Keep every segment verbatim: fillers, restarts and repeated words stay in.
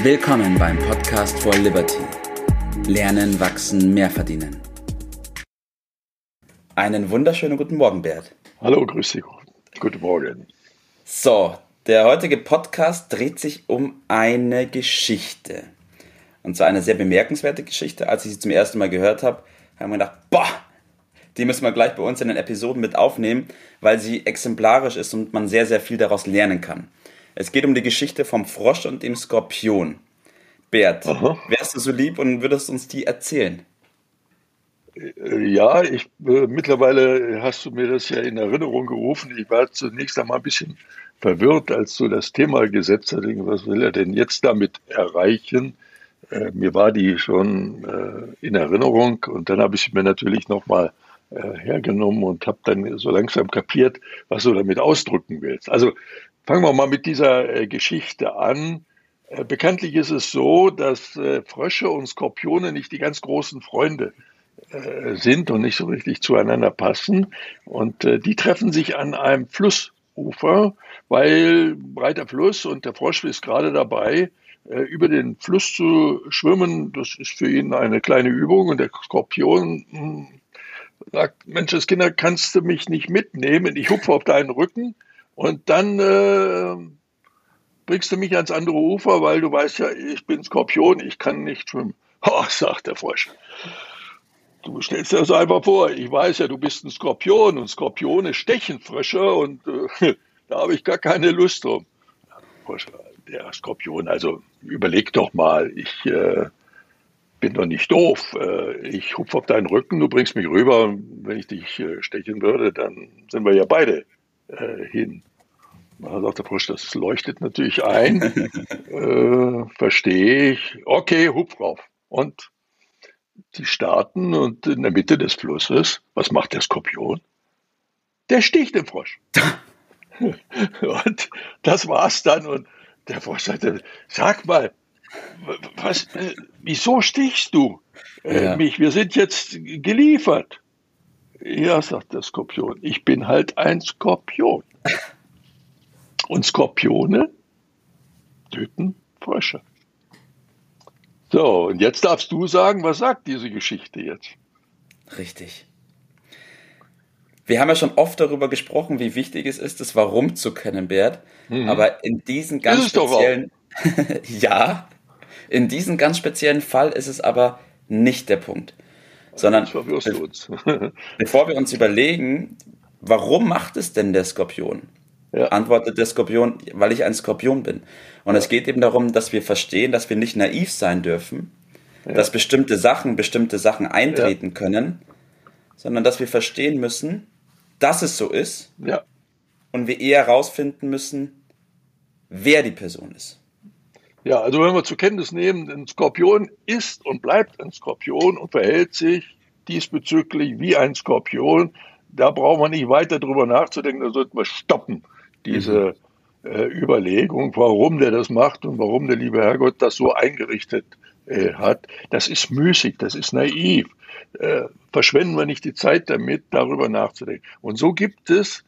Willkommen beim Podcast for Liberty. Lernen, wachsen, mehr verdienen. Einen wunderschönen guten Morgen, Bert. Hallo, grüß dich. Guten Morgen. So, der heutige Podcast dreht sich um eine Geschichte. Und zwar eine sehr bemerkenswerte Geschichte. Als ich sie zum ersten Mal gehört habe, haben wir gedacht, boah, die müssen wir gleich bei uns in den Episoden mit aufnehmen, weil sie exemplarisch ist und man sehr, sehr viel daraus lernen kann. Es geht um die Geschichte vom Frosch und dem Skorpion. Bert, Aha. wärst du so lieb und würdest uns die erzählen? Ja, ich, äh, mittlerweile hast du mir das ja in Erinnerung gerufen. Ich war zunächst einmal ein bisschen verwirrt, als du das Thema gesetzt hast. Was will er denn jetzt damit erreichen? Äh, mir war die schon äh, in Erinnerung und dann habe ich sie mir natürlich nochmal äh, hergenommen und habe dann so langsam kapiert, was du damit ausdrücken willst. Also fangen wir mal mit dieser äh, Geschichte an. Äh, bekanntlich ist es so, dass äh, Frösche und Skorpione nicht die ganz großen Freunde äh, sind und nicht so richtig zueinander passen. Und äh, die treffen sich an einem Flussufer, weil breiter Fluss und der Frosch ist gerade dabei, äh, über den Fluss zu schwimmen. Das ist für ihn eine kleine Übung und der Skorpion mh, sagt, Mensch, das Kinder, kannst du mich nicht mitnehmen? Ich hupfe auf deinen Rücken. Und dann äh, bringst du mich ans andere Ufer, weil du weißt ja, ich bin Skorpion, ich kann nicht schwimmen. Oh, sagt der Frosch. Du stellst dir das einfach vor, ich weiß ja, du bist ein Skorpion und Skorpione stechen Frösche und äh, da habe ich gar keine Lust drum. Frosch, der Skorpion, also überleg doch mal, ich äh, bin doch nicht doof. Äh, ich hupfe auf deinen Rücken, du bringst mich rüber und wenn ich dich äh, stechen würde, dann sind wir ja beide äh, hin. Da sagt der Frosch, das leuchtet natürlich ein, äh, verstehe ich. Okay, hupf rauf. Und die starten und in der Mitte des Flusses, was macht der Skorpion? Der sticht den Frosch. Und das war's dann. Und der Frosch sagte, sag mal, was, äh, wieso stichst du äh, ja. mich? Wir sind jetzt geliefert. Ja, sagt der Skorpion, ich bin halt ein Skorpion. Und Skorpione töten Frösche. So, und jetzt darfst du sagen, was sagt diese Geschichte jetzt? Richtig. Wir haben ja schon oft darüber gesprochen, wie wichtig es ist, das Warum zu kennen, Bert. Mhm. Aber in diesem ganz speziellen, ja, in diesem ganz speziellen Fall ist es aber nicht der Punkt. Sondern verwirrst du uns. Bevor wir uns überlegen, warum macht es denn der Skorpion? Ja. Antwortet der Skorpion, weil ich ein Skorpion bin. Und ja. es geht eben darum, dass wir verstehen, dass wir nicht naiv sein dürfen, ja. dass bestimmte Sachen, bestimmte Sachen eintreten ja. können, sondern dass wir verstehen müssen, dass es so ist ja. und wir eher herausfinden müssen, wer die Person ist. Ja, also wenn wir zur Kenntnis nehmen, ein Skorpion ist und bleibt ein Skorpion und verhält sich diesbezüglich wie ein Skorpion, da brauchen wir nicht weiter drüber nachzudenken, da sollten wir stoppen. Diese mhm. äh, Überlegung, warum der das macht und warum der liebe Herrgott das so eingerichtet äh, hat, das ist müßig, das ist naiv. Äh, verschwenden wir nicht die Zeit damit, darüber nachzudenken. Und so gibt es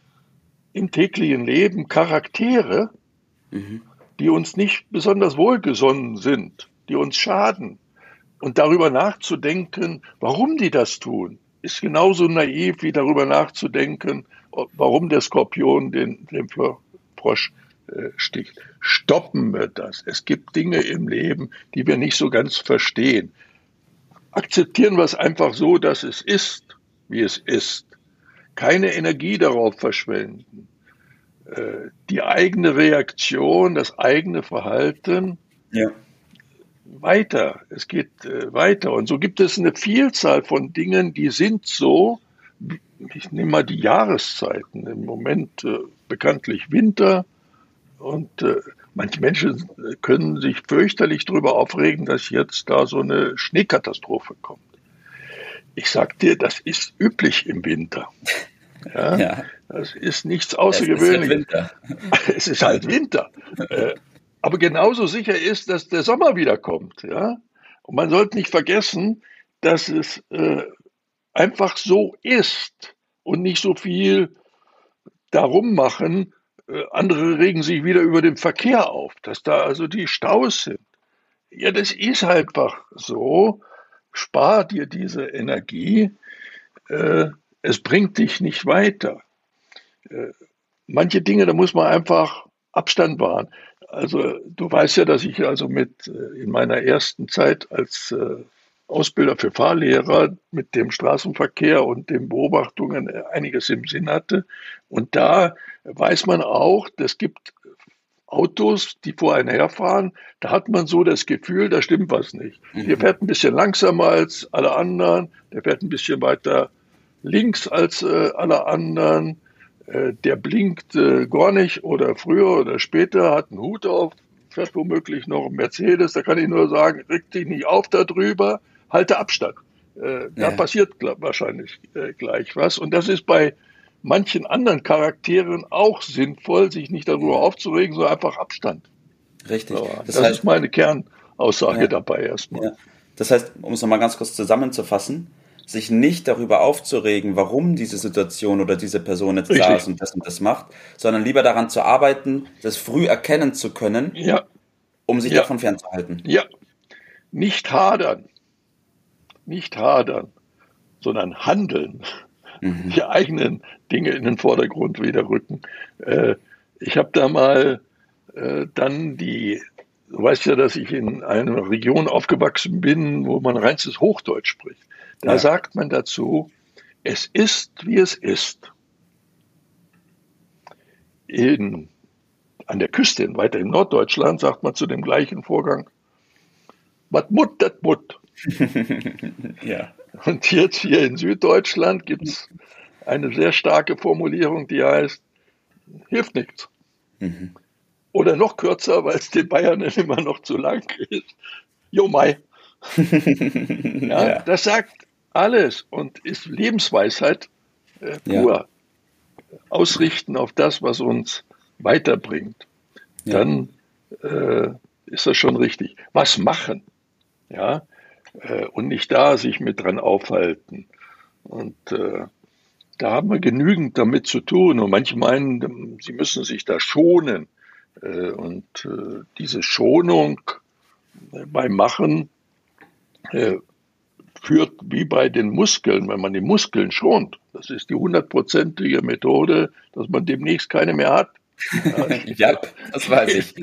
im täglichen Leben Charaktere, mhm. die uns nicht besonders wohlgesonnen sind, die uns schaden. Und darüber nachzudenken, warum die das tun, ist genauso naiv, wie darüber nachzudenken, warum der Skorpion den, den Frosch äh, sticht. Stoppen wir das. Es gibt Dinge im Leben, die wir nicht so ganz verstehen. Akzeptieren wir es einfach so, dass es ist, wie es ist. Keine Energie darauf verschwenden. Äh, die eigene Reaktion, das eigene Verhalten ja. weiter. Es geht äh, weiter. Und so gibt es eine Vielzahl von Dingen, die sind so. Ich nehme mal die Jahreszeiten. Im Moment äh, bekanntlich Winter. Und äh, manche Menschen können sich fürchterlich darüber aufregen, dass jetzt da so eine Schneekatastrophe kommt. Ich sag dir, das ist üblich im Winter. Ja, ja. Das ist nichts Außergewöhnliches. Es ist halt Winter. Es ist halt Winter. äh, aber genauso sicher ist, dass der Sommer wiederkommt. Ja? Und man sollte nicht vergessen, dass es äh, einfach so ist und nicht so viel darum machen. Äh, andere regen sich wieder über den Verkehr auf, dass da also die Staus sind. Ja, das ist einfach so. Spar dir diese Energie. Äh, es bringt dich nicht weiter. Äh, manche Dinge, da muss man einfach Abstand wahren. Also du weißt ja, dass ich also mit äh, in meiner ersten Zeit als äh, Ausbilder für Fahrlehrer mit dem Straßenverkehr und den Beobachtungen äh, einiges im Sinn hatte. Und da weiß man auch, es gibt Autos, die vor einem herfahren, da hat man so das Gefühl, da stimmt was nicht. Der Mhm. fährt ein bisschen langsamer als alle anderen, der fährt ein bisschen weiter links als äh, alle anderen, äh, der blinkt äh, gar nicht oder früher oder später, hat einen Hut auf, fährt womöglich noch ein Mercedes, da kann ich nur sagen, reg dich nicht auf darüber, halte Abstand. Äh, da Ja, passiert glaub, wahrscheinlich äh, gleich was. Und das ist bei manchen anderen Charakteren auch sinnvoll, sich nicht darüber ja, aufzuregen, sondern einfach Abstand. richtig. So, Das das ist heißt, meine Kernaussage ja, dabei erstmal. ja. Das heißt, um es nochmal ganz kurz zusammenzufassen, sich nicht darüber aufzuregen, warum diese Situation oder diese Person jetzt da Richtig. ist und das und das macht, sondern lieber daran zu arbeiten, das früh erkennen zu können, Ja, um sich ja, davon fernzuhalten. ja. Nicht hadern, nicht hadern, sondern handeln. Mhm. Die eigenen Dinge in den Vordergrund wieder rücken. Äh, ich habe da mal äh, dann die, du weißt ja, dass ich in einer Region aufgewachsen bin, wo man reinstes Hochdeutsch spricht. Da Ja, sagt man dazu, es ist, wie es ist. In, an der Küste, weiter in Norddeutschland, sagt man zu dem gleichen Vorgang, wat mut, dat mut. ja, Und jetzt hier in Süddeutschland gibt es eine sehr starke Formulierung, die heißt, hilft nichts. mhm. Oder noch kürzer, weil es den Bayern immer noch zu lang ist. Jo Mai. Ja, ja, das sagt alles und ist Lebensweisheit äh, ja, pur. Ausrichten auf das, was uns weiterbringt. ja, Dann äh, ist das schon richtig. Was machen? Ja, äh, und nicht da sich mit dran aufhalten. Und äh, da haben wir genügend damit zu tun. Und manche meinen, sie müssen sich da schonen. Äh, und äh, diese Schonung äh, beim Machen äh, führt wie bei den Muskeln, wenn man die Muskeln schont. Das ist die hundertprozentige Methode, dass man demnächst keine mehr hat. Ja, die, ja, das weiß ich.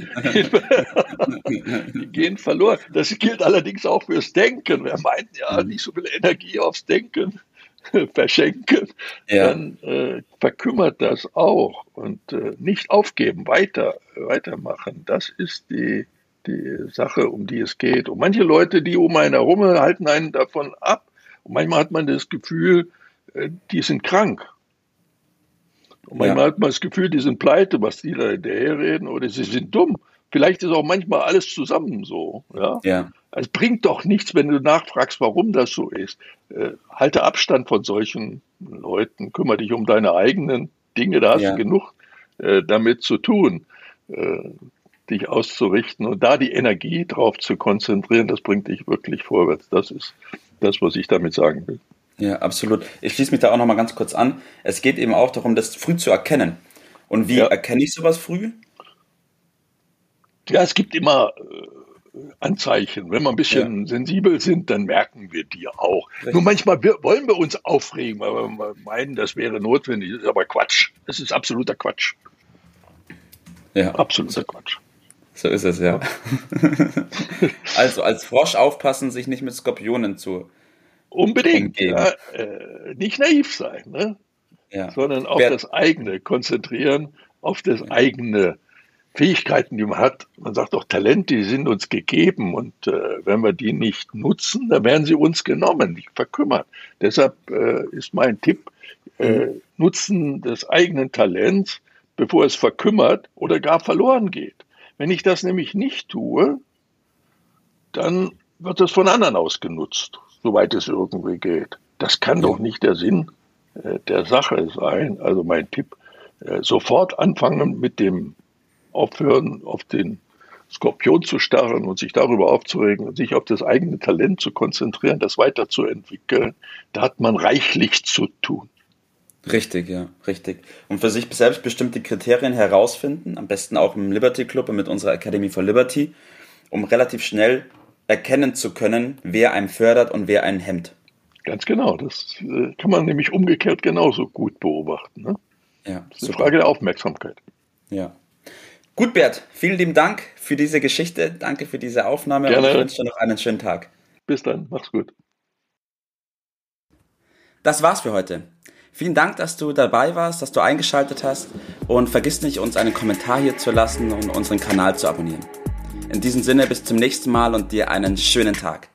die gehen verloren. Das gilt allerdings auch fürs Denken. Wer meint, ja, Mhm. nicht so viel Energie aufs Denken verschenken, Ja, dann äh, verkümmert das auch. Und äh, nicht aufgeben, weiter, weitermachen. Das ist die, die Sache, um die es geht. Und manche Leute, die um einen herum halten einen davon ab. Und manchmal hat man das Gefühl, äh, die sind krank. Und manchmal ja, hat man das Gefühl, die sind pleite, was die da hinterherreden, oder sie sind dumm. Vielleicht ist auch manchmal alles zusammen so. Ja? ja, Es bringt doch nichts, wenn du nachfragst, warum das so ist. Äh, halte Abstand von solchen Leuten, kümmere dich um deine eigenen Dinge, da hast du ja. genug äh, damit zu tun, äh, dich auszurichten und da die Energie drauf zu konzentrieren, das bringt dich wirklich vorwärts. Das ist das, was ich damit sagen will. Ja, absolut. Ich schließe mich da auch noch mal ganz kurz an. Es geht eben auch darum, das früh zu erkennen. Und wie Ja, erkenne ich sowas früh? ja, es gibt immer Anzeichen. Wenn wir ein Ja, bisschen sensibel sind, dann merken wir die auch. Nur richtig. manchmal wir, wollen wir uns aufregen, weil wir meinen, das wäre notwendig. Das ist aber Quatsch. Das ist absoluter Quatsch. Ja, so, Absoluter Quatsch. so ist es, ja. Ja. Also als Frosch aufpassen, sich nicht mit Skorpionen zu Unbedingt. umgeben. Ja. Äh, nicht naiv sein, ne? Ja. Sondern auf Wer, das eigene konzentrieren, auf das eigene Fähigkeiten, die man hat. Man sagt doch, Talente, die sind uns gegeben und äh, wenn wir die nicht nutzen, dann werden sie uns genommen, nicht verkümmert. Deshalb äh, ist mein Tipp, äh, mhm. Nutzen des eigenen Talents, bevor es verkümmert oder gar verloren geht. Wenn ich das nämlich nicht tue, dann wird es von anderen ausgenutzt, soweit es irgendwie geht. Das kann Ja, doch nicht der Sinn äh, der Sache sein. Also mein Tipp, äh, sofort anfangen mit dem Aufhören, auf den Skorpion zu starren und sich darüber aufzuregen und sich auf das eigene Talent zu konzentrieren, das weiterzuentwickeln. Da hat man reichlich zu tun. richtig, ja, richtig. Und für sich selbst bestimmte Kriterien herausfinden, am besten auch im Liberty Club und mit unserer Academy for Liberty, um relativ schnell erkennen zu können, wer einen fördert und wer einen hemmt. Ganz genau. Das äh, kann man nämlich umgekehrt genauso gut beobachten. Ne? Ja, das ist eine Frage der Aufmerksamkeit. Ja. Gut, Bert, vielen lieben Dank für diese Geschichte. Danke für diese Aufnahme. Gerne. Und ich wünsche dir noch einen schönen Tag. Bis dann. Mach's gut. Das war's für heute. Vielen Dank, dass du dabei warst, dass du eingeschaltet hast und vergiss nicht, uns einen Kommentar hier zu lassen und unseren Kanal zu abonnieren. In diesem Sinne, bis zum nächsten Mal und dir einen schönen Tag.